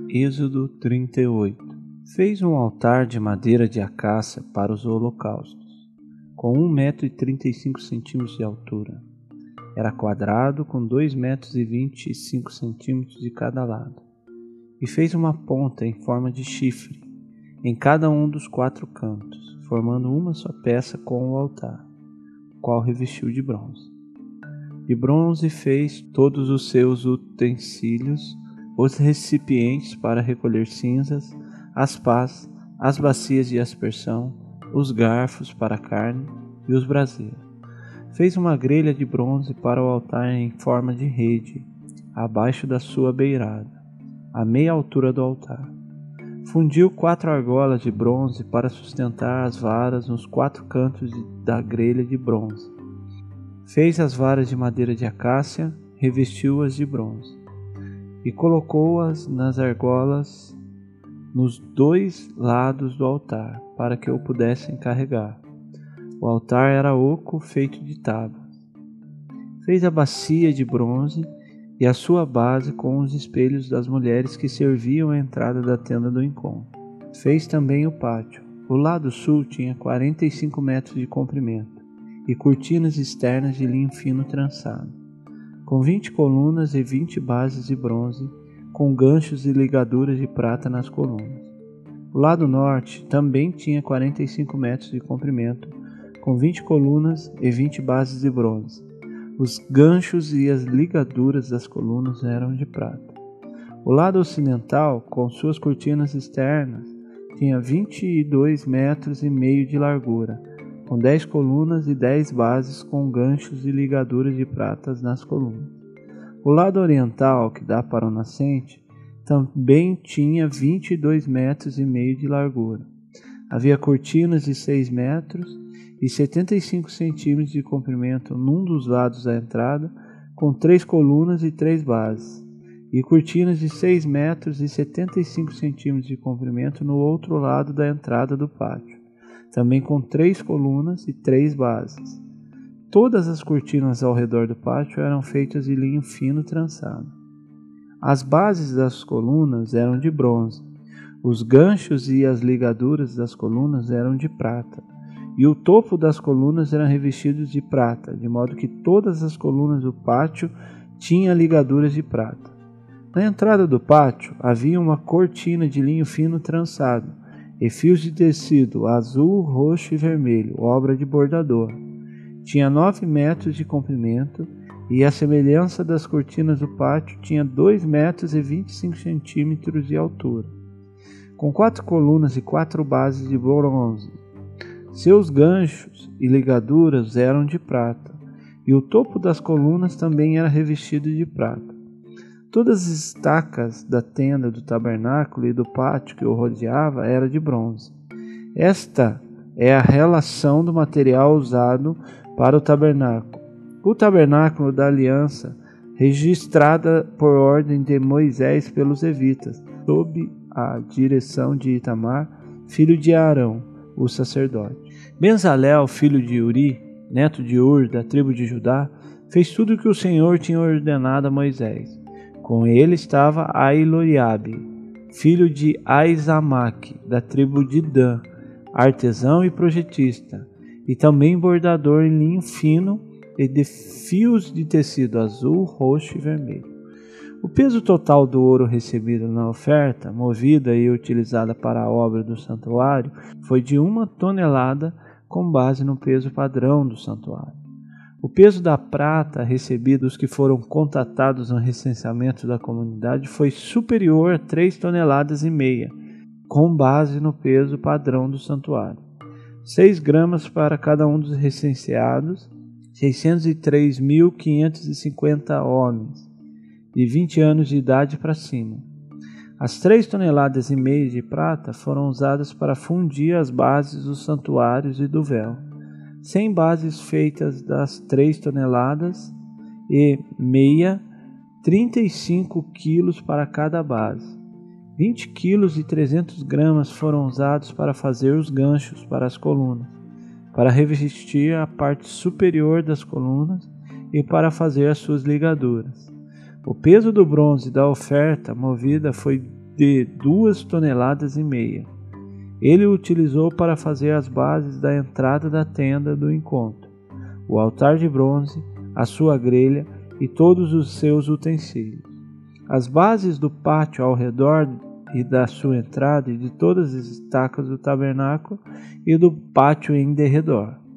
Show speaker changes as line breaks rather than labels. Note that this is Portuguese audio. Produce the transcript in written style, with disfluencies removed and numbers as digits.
Êxodo 38. Fez um altar de madeira de acácia para os holocaustos, com 1,35 m de altura. Era quadrado, com 2,25 m de cada lado. E fez uma ponta em forma de chifre, em cada um dos 4 cantos, formando uma só peça com o altar, o qual revestiu de bronze. De bronze fez todos os seus utensílios, os recipientes para recolher cinzas, as pás, as bacias de aspersão, os garfos para a carne e os braseiros. Fez uma grelha de bronze para o altar em forma de rede, abaixo da sua beirada, à meia altura do altar. Fundiu 4 argolas de bronze para sustentar as varas nos 4 cantos da grelha de bronze. Fez as varas de madeira de acácia, revestiu-as de bronze, e colocou-as nas argolas nos 2 lados do altar, para que o pudessem carregar. O altar era oco feito de tábuas. Fez a bacia de bronze e a sua base com os espelhos das mulheres que serviam à entrada da tenda do encontro. Fez também o pátio. O lado sul tinha 45 metros de comprimento e cortinas externas de linho fino trançado, com 20 colunas e 20 bases de bronze, com ganchos e ligaduras de prata nas colunas. O lado norte também tinha 45 metros de comprimento, com 20 colunas e 20 bases de bronze. Os ganchos e as ligaduras das colunas eram de prata. O lado ocidental, com suas cortinas externas, tinha 22 metros e meio de largura, com 10 colunas e 10 bases com ganchos e ligaduras de pratas nas colunas. O lado oriental, que dá para o nascente, também tinha 22 metros e meio de largura. Havia cortinas de 6 metros e 75 centímetros de comprimento num dos lados da entrada, com 3 colunas e 3 bases, e cortinas de 6 metros e 75 centímetros de comprimento no outro lado da entrada do pátio, também com 3 colunas e 3 bases. Todas as cortinas ao redor do pátio eram feitas de linho fino trançado. As bases das colunas eram de bronze, os ganchos e as ligaduras das colunas eram de prata, e o topo das colunas eram revestidos de prata, de modo que todas as colunas do pátio tinham ligaduras de prata. Na entrada do pátio havia uma cortina de linho fino trançado, e fios de tecido azul, roxo e vermelho, obra de bordador. Tinha 9 metros de comprimento e, à semelhança das cortinas do pátio, tinha 2 metros e 25 centímetros de altura, com 4 colunas e 4 bases de bronze. Seus ganchos e ligaduras eram de prata, e o topo das colunas também era revestido de prata. Todas as estacas da tenda do tabernáculo e do pátio que o rodeava eram de bronze. Esta é a relação do material usado para o tabernáculo. O tabernáculo da aliança, registrada por ordem de Moisés pelos levitas, sob a direção de Itamar, filho de Arão, o sacerdote. Bezalel, filho de Uri, neto de Ur, da tribo de Judá, fez tudo o que o Senhor tinha ordenado a Moisés. Com ele estava Aholiabe, filho de Aizamaque, da tribo de Dan, artesão e projetista, e também bordador em linho fino e de fios de tecido azul, roxo e vermelho. O peso total do ouro recebido na oferta, movida e utilizada para a obra do santuário, foi de 1 tonelada, com base no peso padrão do santuário. O peso da prata recebida dos que foram contatados no recenseamento da comunidade foi superior a 3,5 toneladas, com base no peso padrão do santuário. 6 gramas para cada um dos recenseados, 603.550 homens, de 20 anos de idade para cima. As 3,5 toneladas de prata foram usadas para fundir as bases dos santuários e do véu. 100 bases feitas das 3,5 toneladas, 35 quilos para cada base. 20 quilos e 300 gramas foram usados para fazer os ganchos para as colunas, para revestir a parte superior das colunas e para fazer as suas ligaduras. O peso do bronze da oferta movida foi de 2,5 toneladas. Ele o utilizou para fazer as bases da entrada da tenda do encontro, o altar de bronze, a sua grelha e todos os seus utensílios. As bases do pátio ao redor e da sua entrada e de todas as estacas do tabernáculo e do pátio em derredor.